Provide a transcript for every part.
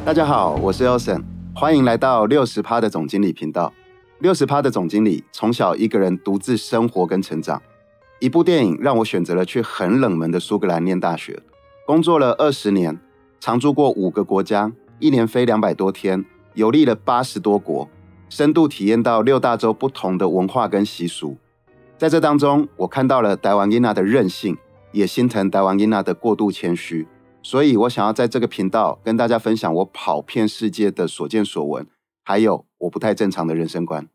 大家好，我是 Elson， 欢迎来到60%的总经理频道。60%的总经理从小一个人独自生活跟成长，一部电影让我选择了去很冷门的苏格兰念大学，工作了20年，常住过5个国家，一年飞200多天，游历了80多国，深度体验到6大洲不同的文化跟习俗。在这当中，我看到了台湾囡仔的任性，也心疼台湾囡仔的过度谦虚。所以我想要在这个频道跟大家分享我跑遍世界的所见所闻，还有我不太正常的人生观。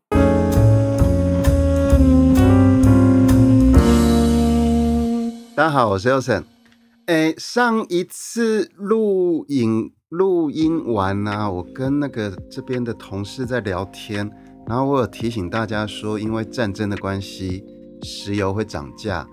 大家好，我是 Elson。上一次录音完啊，我跟这边的同事在聊天，然后我有提醒大家说，因为战争的关系，石油会涨价，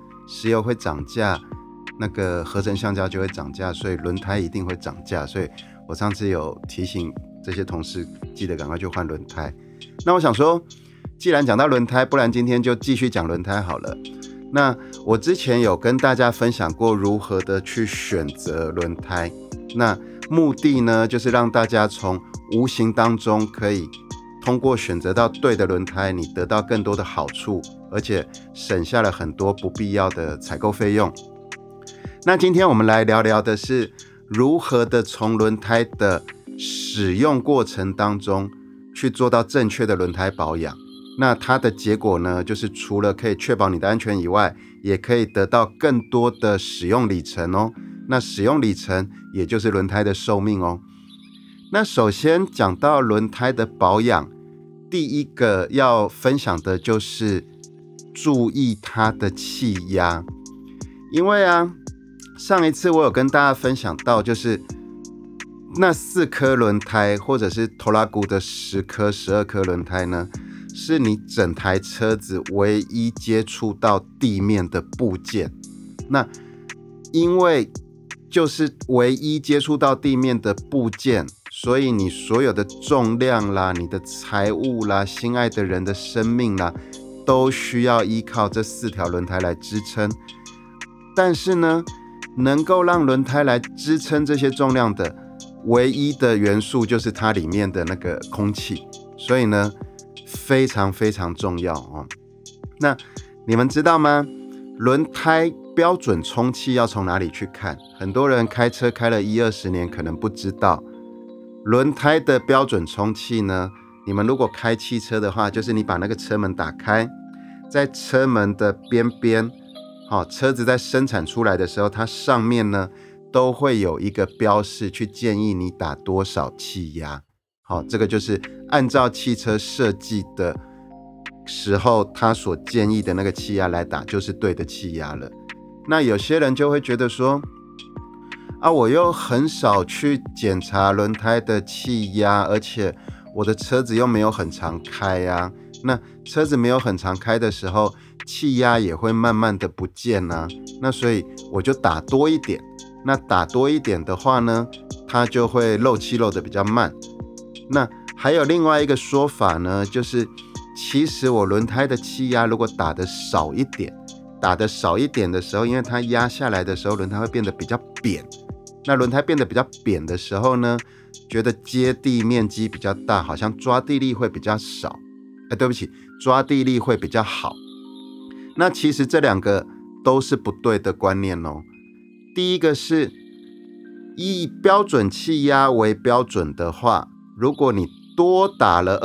合成橡胶就会涨价，所以轮胎一定会涨价，所以我上次有提醒这些同事记得赶快去换轮胎。那我想说，既然讲到轮胎，不然今天就继续讲轮胎好了。那我之前有跟大家分享过如何的去选择轮胎，那目的呢，就是让大家从无形当中可以通过选择到对的轮胎，你得到更多的好处，而且省下了很多不必要的采购费用。那今天我们来聊聊的是如何的从轮胎的使用过程当中去做到正确的轮胎保养。那它的结果呢，就是除了可以确保你的安全以外，也可以得到更多的使用里程哦。那使用里程也就是轮胎的寿命哦。那首先讲到轮胎的保养，第一个要分享的就是注意它的气压。因为上一次我有跟大家分享到，就是那4颗轮胎或者是拖拉庫的10颗12颗轮胎呢，是你整台车子唯一接触到地面的部件。那因为就是唯一接触到地面的部件，所以你所有的重量啦，你的财物啦，心爱的人的生命啦，都需要依靠这4条轮胎来支撑。但是呢，能够让轮胎来支撑这些重量的唯一的元素就是它里面的那个空气，所以呢非常非常重要哦。那你们知道吗？轮胎标准充气要从哪里去看？很多人开车开了10-20年可能不知道，轮胎的标准充气呢，你们如果开汽车的话，就是你把那个车门打开，在车门的边边车子在生产出来的时候，它上面呢都会有一个标示去建议你打多少气压。这个就是按照汽车设计的时候，它所建议的那个气压来打，就是对的气压了。那有些人就会觉得说，我又很少去检查轮胎的气压，而且我的车子又没有很常开啊。那车子没有很常开的时候，气压也会慢慢的不见啊。那所以我就打多一点。那打多一点的话呢，它就会漏气漏得比较慢。那还有另外一个说法呢，就是其实我轮胎的气压如果打得少一点的时候，因为它压下来的时候，轮胎会变得比较扁。那轮胎变得比较扁的时候呢，觉得接地面积比较大，好像抓地力会比较少。抓地力会比较好。那其实这2个都是不对的观念哦。第一个是以标准气压为标准的话，如果你多打了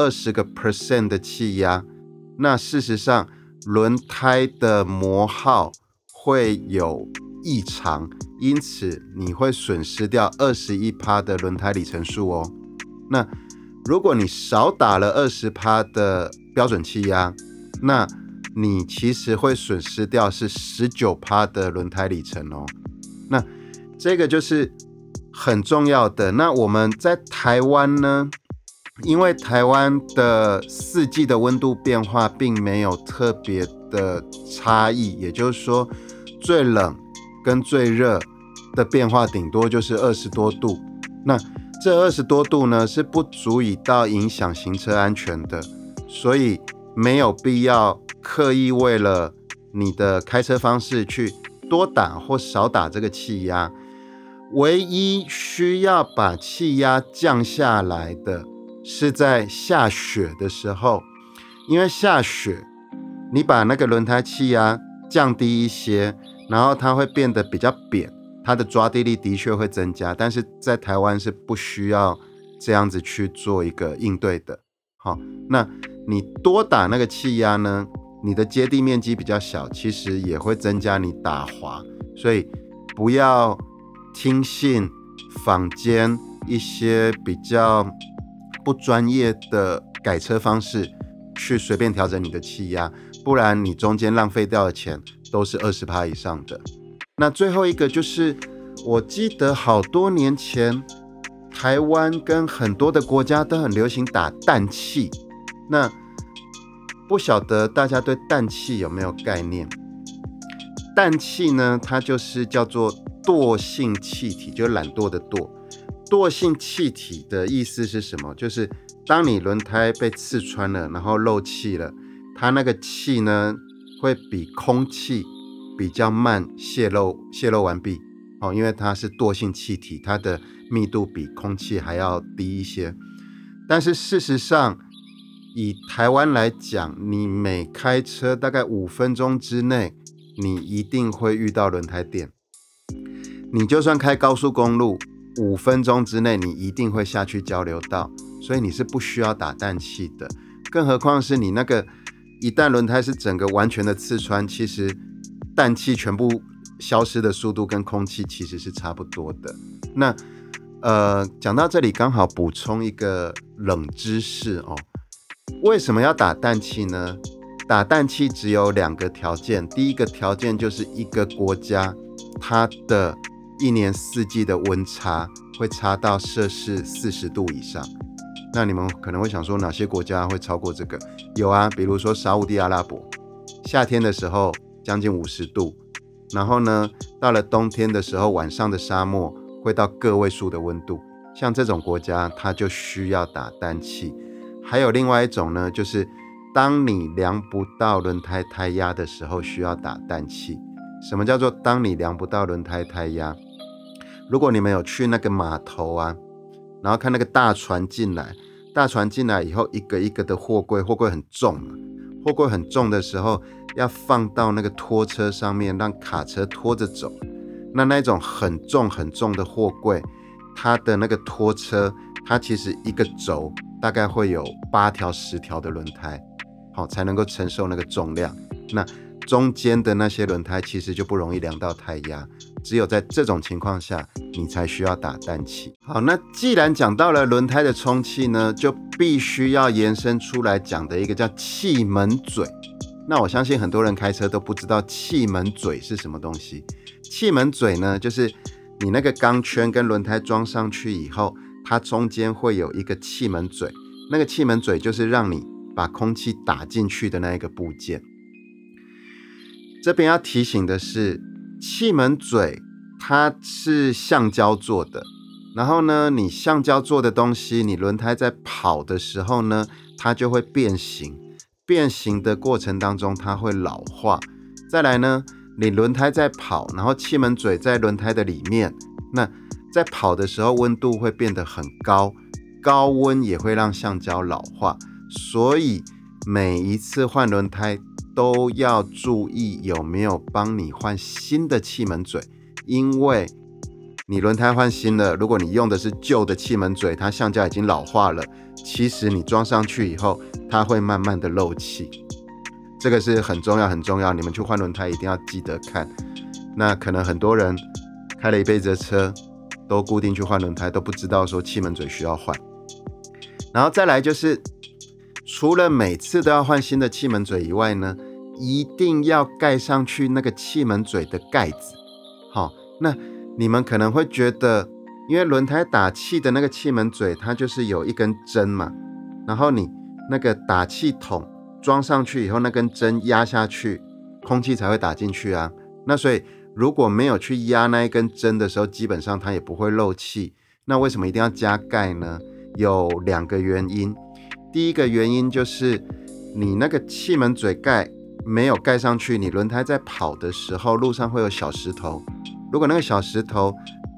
20% 的气压，那事实上轮胎的磨耗会有异常，因此你会损失掉21% 的轮胎里程数哦。那如果你少打了20% 的标准气压，那你其实会损失掉是19% 的轮胎里程哦。那这个就是很重要的。那我们在台湾呢，因为台湾的4季的温度变化并没有特别的差异，也就是说最冷跟最热的变化顶多就是20多度。那这20多度呢，是不足以到影响行车安全的，所以没有必要刻意为了你的开车方式去多打或少打这个气压。 唯一需要把气压降下来的是在下雪的时候，因为下雪你把那个轮胎气压降低一些，然后它会变得比较扁，它的抓地力的确会增加，但是在台湾是不需要这样子去做一个应对的。好，那你多打那个气压呢，你的接地面积比较小，其实也会增加你打滑，所以不要听信坊间一些比较不专业的改车方式去随便调整你的气压，不然你中间浪费掉的钱都是 20% 以上的。那最后一个就是我记得好多年前台湾跟很多的国家都很流行打氮气，那不晓得大家对氮气有没有概念？氮气呢，它就是叫做惰性气体，就是懒惰的惰。惰性气体的意思是什么？就是当你轮胎被刺穿了，然后漏气了，它那个气呢会比空气比较慢泄漏完毕，因为它是惰性气体，它的密度比空气还要低一些。但是事实上，以台湾来讲，你每开车大概5分钟之内，你一定会遇到轮胎店。你就算开高速公路，5分钟之内你一定会下去交流道，所以你是不需要打氮气的。更何况是你那个一旦轮胎是整个完全的刺穿，其实氮气全部消失的速度跟空气其实是差不多的。那讲到这里刚好补充一个冷知识哦，为什么要打氮气呢？打氮气只有2个条件，第一个条件就是一个国家它的一年四季的温差会差到摄氏40度以上。那你们可能会想说哪些国家会超过这个？有啊，比如说沙烏地阿拉伯，夏天的时候将近50度，然后呢到了冬天的时候，晚上的沙漠会到个位数的温度，像这种国家它就需要打氮气。还有另外一种呢，就是当你量不到轮胎胎压的时候需要打氮气。什么叫做当你量不到轮胎胎压？如果你们有去那个码头啊，然后看那个大船进来以后，一个一个的货柜很重嘛，货柜很重的时候要放到那个拖车上面，让卡车拖着走。那种很重的货柜，它的那个拖车，它其实一个轴大概会有8条10条的轮胎，才能够承受那个重量。那中间的那些轮胎其实就不容易量到胎压，只有在这种情况下你才需要打氮气。好，那既然讲到了轮胎的充气呢，就必须要延伸出来讲的一个叫气门嘴。那我相信很多人开车都不知道气门嘴是什么东西。气门嘴呢，就是你那个钢圈跟轮胎装上去以后，它中间会有一个气门嘴，那个气门嘴就是让你把空气打进去的那一个部件。这边要提醒的是，气门嘴它是橡胶做的，然后呢，你橡胶做的东西，你轮胎在跑的时候呢，它就会变形，变形的过程当中它会老化。再来呢，你轮胎在跑，然后气门嘴在轮胎的里面，那在跑的时候温度会变得很高，高温也会让橡胶老化，所以每一次换轮胎都要注意有没有帮你换新的气门嘴，因为你轮胎换新了，如果你用的是旧的气门嘴，它橡胶已经老化了，其实你装上去以后，它会慢慢的漏气。这个是很重要，你们去换轮胎一定要记得看。那可能很多人开了一辈子的车，都固定去换轮胎，都不知道说气门嘴需要换。然后再来就是除了每次都要换新的气门嘴以外呢，一定要盖上去那个气门嘴的盖子。那你们可能会觉得，因为轮胎打气的那个气门嘴，它就是有一根针嘛，然后你那个打气筒装上去以后，那根针压下去，空气才会打进去啊。那所以如果没有去压那一根针的时候，基本上它也不会漏气。那为什么一定要加盖呢？有2个原因。第一个原因就是你那个气门嘴盖没有盖上去，你轮胎在跑的时候路上会有小石头，如果那个小石头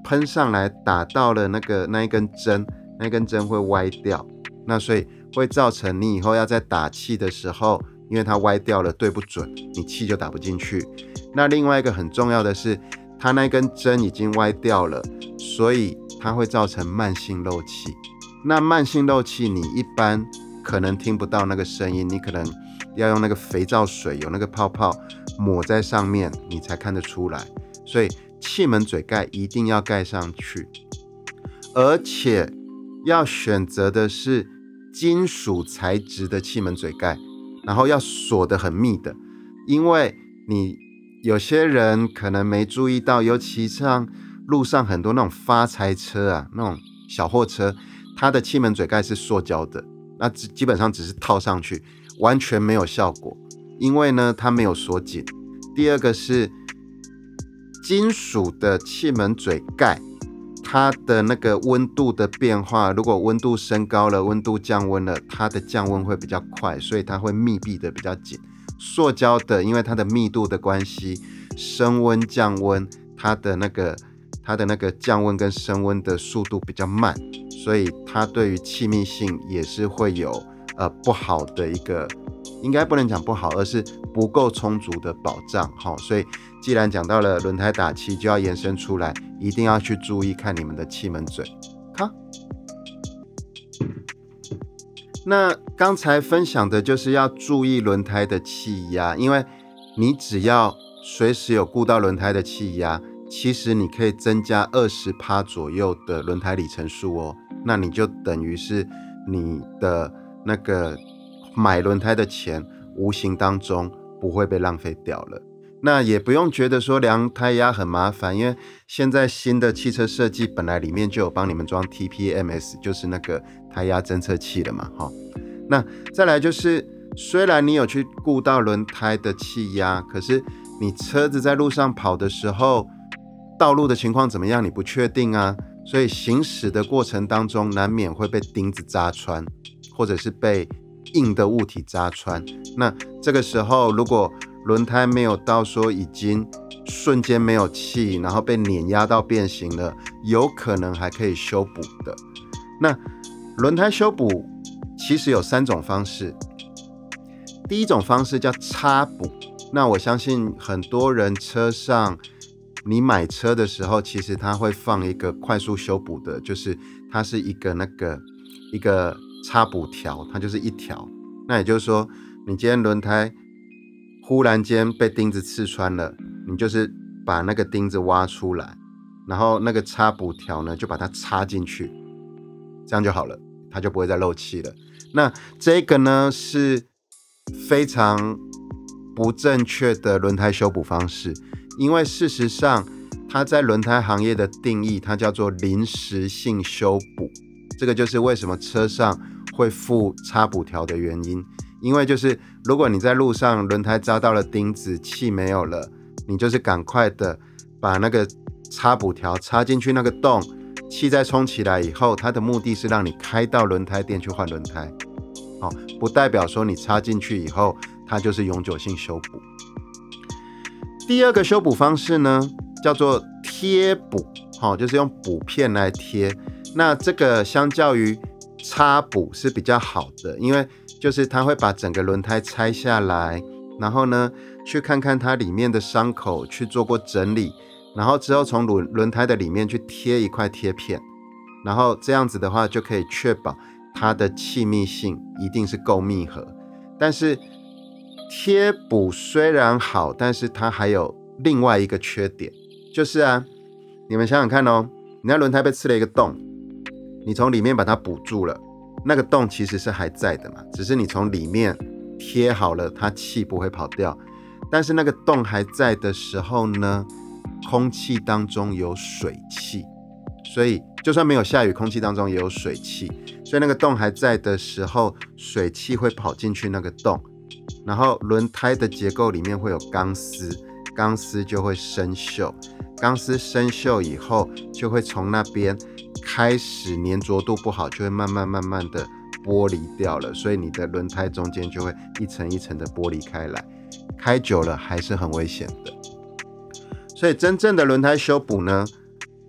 喷上来打到了那一根针，那一根针会歪掉，那所以会造成你以后要在打气的时候，因为它歪掉了对不准，你气就打不进去。那另外一个很重要的是，它那根针已经歪掉了，所以它会造成慢性漏气。那慢性漏气你一般可能听不到那个声音，你可能要用那个肥皂水有那个泡泡抹在上面你才看得出来，所以气门嘴盖一定要盖上去，而且要选择的是金属材质的气门嘴盖，然后要锁得很密的，因为你有些人可能没注意到，尤其像路上很多那种发财车啊，那种小货车，它的气门嘴盖是塑胶的，那基本上只是套上去，完全没有效果，因为呢它没有锁紧。第二个是金属的气门嘴盖，它的那个温度的变化，如果温度升高了，温度降温了，它的降温会比较快，所以它会密闭的比较紧。塑胶的因为它的密度的关系，升温降温它的那个降温跟升温的速度比较慢，所以它对于气密性也是会有不好的一个，应该不能讲不好，而是不够充足的保障。所以既然讲到了轮胎打气，就要延伸出来，一定要去注意看你们的气门嘴。好，那刚才分享的就是要注意轮胎的气压，因为你只要随时有顾到轮胎的气压，其实你可以增加 20% 左右的轮胎里程数哦，那你就等于是你的那个买轮胎的钱无形当中不会被浪费掉了。那也不用觉得说量胎压很麻烦，因为现在新的汽车设计本来里面就有帮你们装 TPMS， 就是那个胎压侦测器了嘛。那再来就是虽然你有去顾到轮胎的气压，可是你车子在路上跑的时候，道路的情况怎么样你不确定啊，所以行驶的过程当中难免会被钉子扎穿，或者是被硬的物体扎穿。那这个时候如果轮胎没有到说已经瞬间没有气，然后被碾压到变形了，有可能还可以修补的。那轮胎修补其实有3种方式。第一种方式叫插补，那我相信很多人车上你买车的时候，其实它会放一个快速修补的，就是它是一个插补条，它就是一条。那也就是说你今天轮胎忽然间被钉子刺穿了，你就是把那个钉子挖出来，然后那个插补条呢就把它插进去，这样就好了，它就不会再漏气了。那这个呢是非常不正确的轮胎修补方式，因为事实上它在轮胎行业的定义，它叫做临时性修补。这个就是为什么车上会附插补条的原因，因为就是如果你在路上轮胎扎到了钉子，气没有了，你就是赶快的把那个插补条插进去那个洞，气再充起来以后，它的目的是让你开到轮胎店去换轮胎，不代表说你插进去以后它就是永久性修补。第二个修补方式呢叫做贴补，就是用补片来贴。那这个相较于插补是比较好的，因为就是它会把整个轮胎拆下来，然后呢去看看它里面的伤口，去做过整理，然后之后从轮胎的里面去贴一块贴片，然后这样子的话就可以确保它的气密性一定是够密合。但是贴补虽然好，但是它还有另外一个缺点，就是你们想想看哦，你那轮胎被刺了一个洞，你从里面把它补住了，那个洞其实是还在的嘛，只是你从里面贴好了，它气不会跑掉。但是那个洞还在的时候呢，空气当中有水汽，所以就算没有下雨，空气当中也有水汽，所以那个洞还在的时候，水汽会跑进去那个洞，然后轮胎的结构里面会有钢丝，钢丝就会生锈，钢丝生锈以后就会从那边开始粘着度不好，就会慢慢的剥离掉了，所以你的轮胎中间就会一层一层的剥离开来，开久了还是很危险的。所以真正的轮胎修补呢，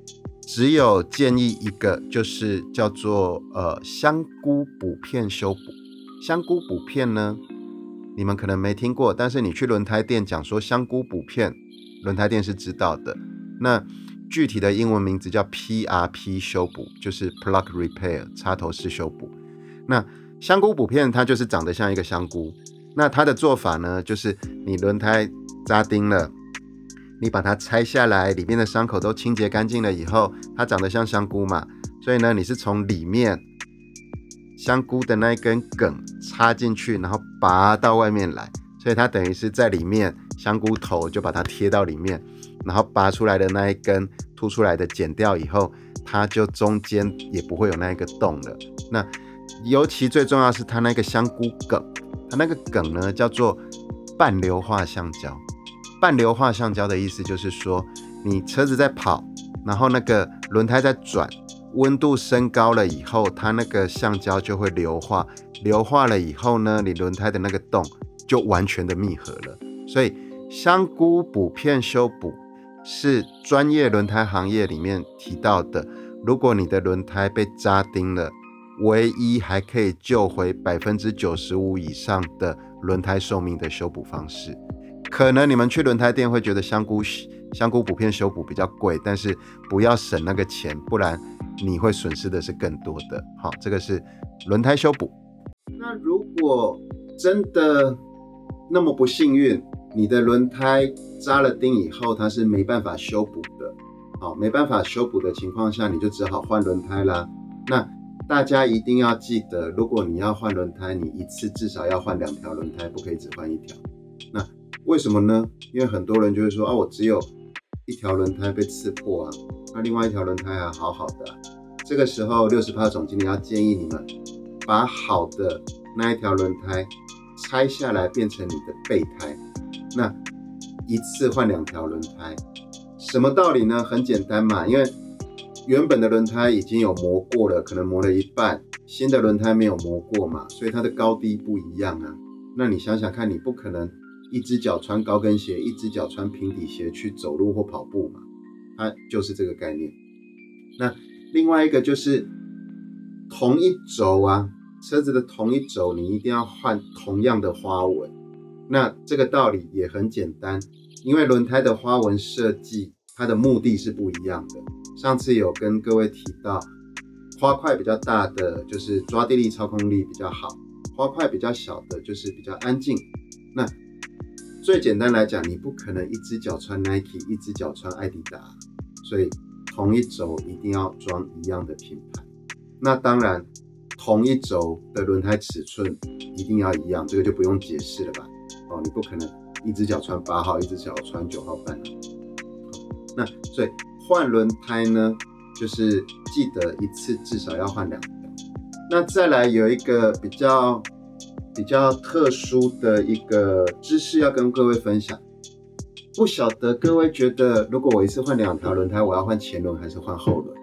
只有建议一个，就是叫做香菇补片修补。香菇补片呢，你们可能没听过，但是你去轮胎店讲说香菇补片，轮胎店是知道的。那具体的英文名字叫 PRP 修补，就是 Plug Repair 插头式修补。那香菇补片它就是长得像一个香菇，那它的做法呢，就是你轮胎扎钉了，你把它拆下来，里面的伤口都清洁干净了以后，它长得像香菇嘛，所以呢，你是从里面香菇的那一根梗插进去，然后拔到外面来，所以它等于是在里面，香菇头就把它贴到里面，然后拔出来的那一根凸出来的剪掉以后，它就中间也不会有那一个洞了。那尤其最重要的是它那个香菇梗，它那个梗呢叫做半硫化橡胶。半硫化橡胶的意思就是说，你车子在跑，然后那个轮胎在转，温度升高了以后，它那个橡胶就会硫化，硫化了以后呢，你轮胎的那个洞就完全的密合了。所以香菇补片修补是专业轮胎行业里面提到的，如果你的轮胎被扎钉了，唯一还可以救回 95% 以上的轮胎寿命的修补方式。可能你们去轮胎店会觉得香菇补片修补比较贵，但是不要省那个钱，不然你会损失的是更多的。好，这个是轮胎修补。那如果真的那么不幸运，你的轮胎扎了钉以后它是没办法修补的，好，没办法修补的情况下，你就只好换轮胎啦。那大家一定要记得，如果你要换轮胎，你一次至少要换2条轮胎，不可以只换1条。那为什么呢？因为很多人就会说，我只有1条轮胎被刺破啊，那另外1条轮胎还好好的啊。这个时候60%总经理要建议你们把好的那1条轮胎拆下来变成你的备胎，那一次换2条轮胎。什么道理呢？很简单嘛，因为原本的轮胎已经有磨过了，可能磨了一半，新的轮胎没有磨过嘛，所以它的高低不一样啊。那你想想看，你不可能一只脚穿高跟鞋，一只脚穿平底鞋去走路或跑步嘛，它就是这个概念。那另外一个就是同一轴啊，车子的同一轴你一定要换同样的花纹。那这个道理也很简单，因为轮胎的花纹设计它的目的是不一样的。上次有跟各位提到，花块比较大的就是抓地力、操控力比较好，花块比较小的就是比较安静。那最简单来讲，你不可能一只脚穿 Nike， 一只脚穿艾迪达，所以同一轴一定要装一样的品牌。那当然，同一轴的轮胎尺寸一定要一样，这个就不用解释了吧？你不可能一只脚穿8号，一只脚穿9号半。那所以换轮胎呢，就是记得一次至少要换2条。那再来有一个比较特殊的一个知识要跟各位分享，不晓得各位觉得，如果我一次换2条轮胎，我要换前轮还是换后轮？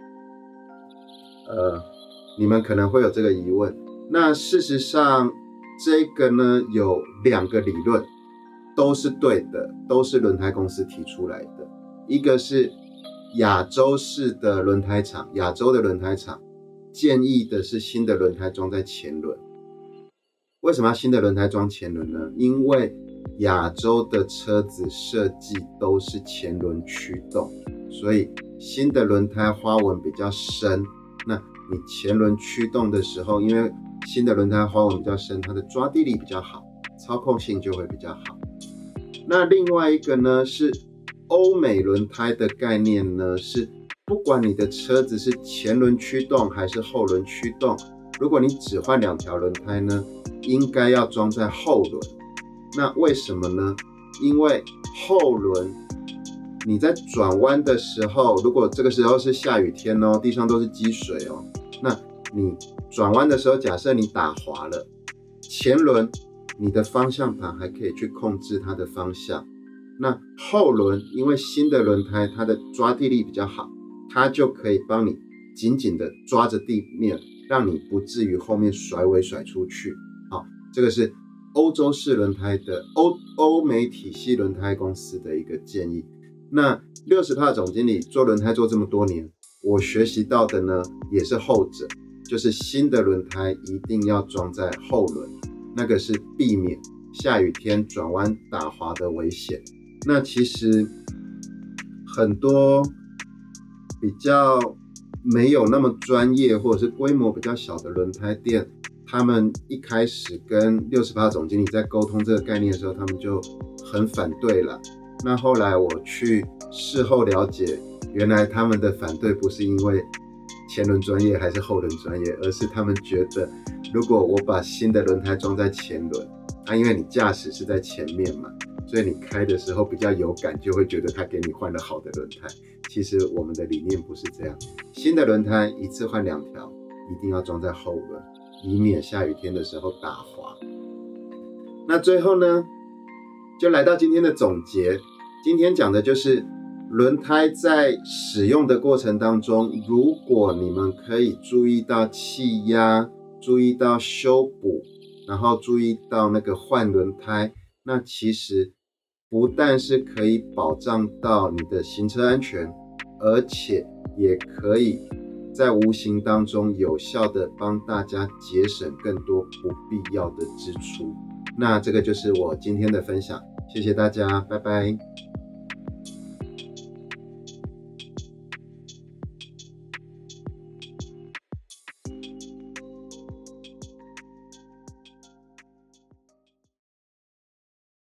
你们可能会有这个疑问。那事实上，这个呢有2个理论，都是对的，都是轮胎公司提出来的。一个是亚洲式的轮胎厂，亚洲的轮胎厂建议的是新的轮胎装在前轮。为什么要新的轮胎装前轮呢？因为亚洲的车子设计都是前轮驱动，所以新的轮胎花纹比较深。那你前轮驱动的时候，因为新的轮胎花纹比较深，它的抓地力比较好，操控性就会比较好。那另外一个呢，是欧美轮胎的概念呢，是不管你的车子是前轮驱动还是后轮驱动，如果你只换2条轮胎呢，应该要装在后轮。那为什么呢？因为后轮你在转弯的时候，如果这个时候是下雨天哦，地上都是积水哦，那你转弯的时候，假设你打滑了，前轮你的方向盘还可以去控制它的方向。那后轮因为新的轮胎它的抓地力比较好，它就可以帮你紧紧的抓着地面，让你不至于后面甩尾甩出去。好，这个是欧洲式轮胎的欧美体系轮胎公司的一个建议。 那60%总经理做轮胎做这么多年，我学习到的呢也是后者，就是新的轮胎一定要装在后轮，那个是避免下雨天转弯打滑的危险。那其实很多比较没有那么专业或者是规模比较小的轮胎店，他们一开始跟60%总经理在沟通这个概念的时候，他们就很反对了。那后来我去事后了解，原来他们的反对不是因为前轮专业还是后轮专业，而是他们觉得如果我把新的轮胎装在前轮，因为你驾驶是在前面嘛，所以你开的时候比较有感，就会觉得他给你换了好的轮胎。其实我们的理念不是这样，新的轮胎一次换2条，一定要装在后轮，以免下雨天的时候打滑。那最后呢，就来到今天的总结。今天讲的就是轮胎在使用的过程当中，如果你们可以注意到气压，注意到修补，然后注意到那个换轮胎，那其实不但是可以保障到你的行车安全，而且也可以在无形当中有效的帮大家节省更多不必要的支出。那这个就是我今天的分享，谢谢大家，拜拜。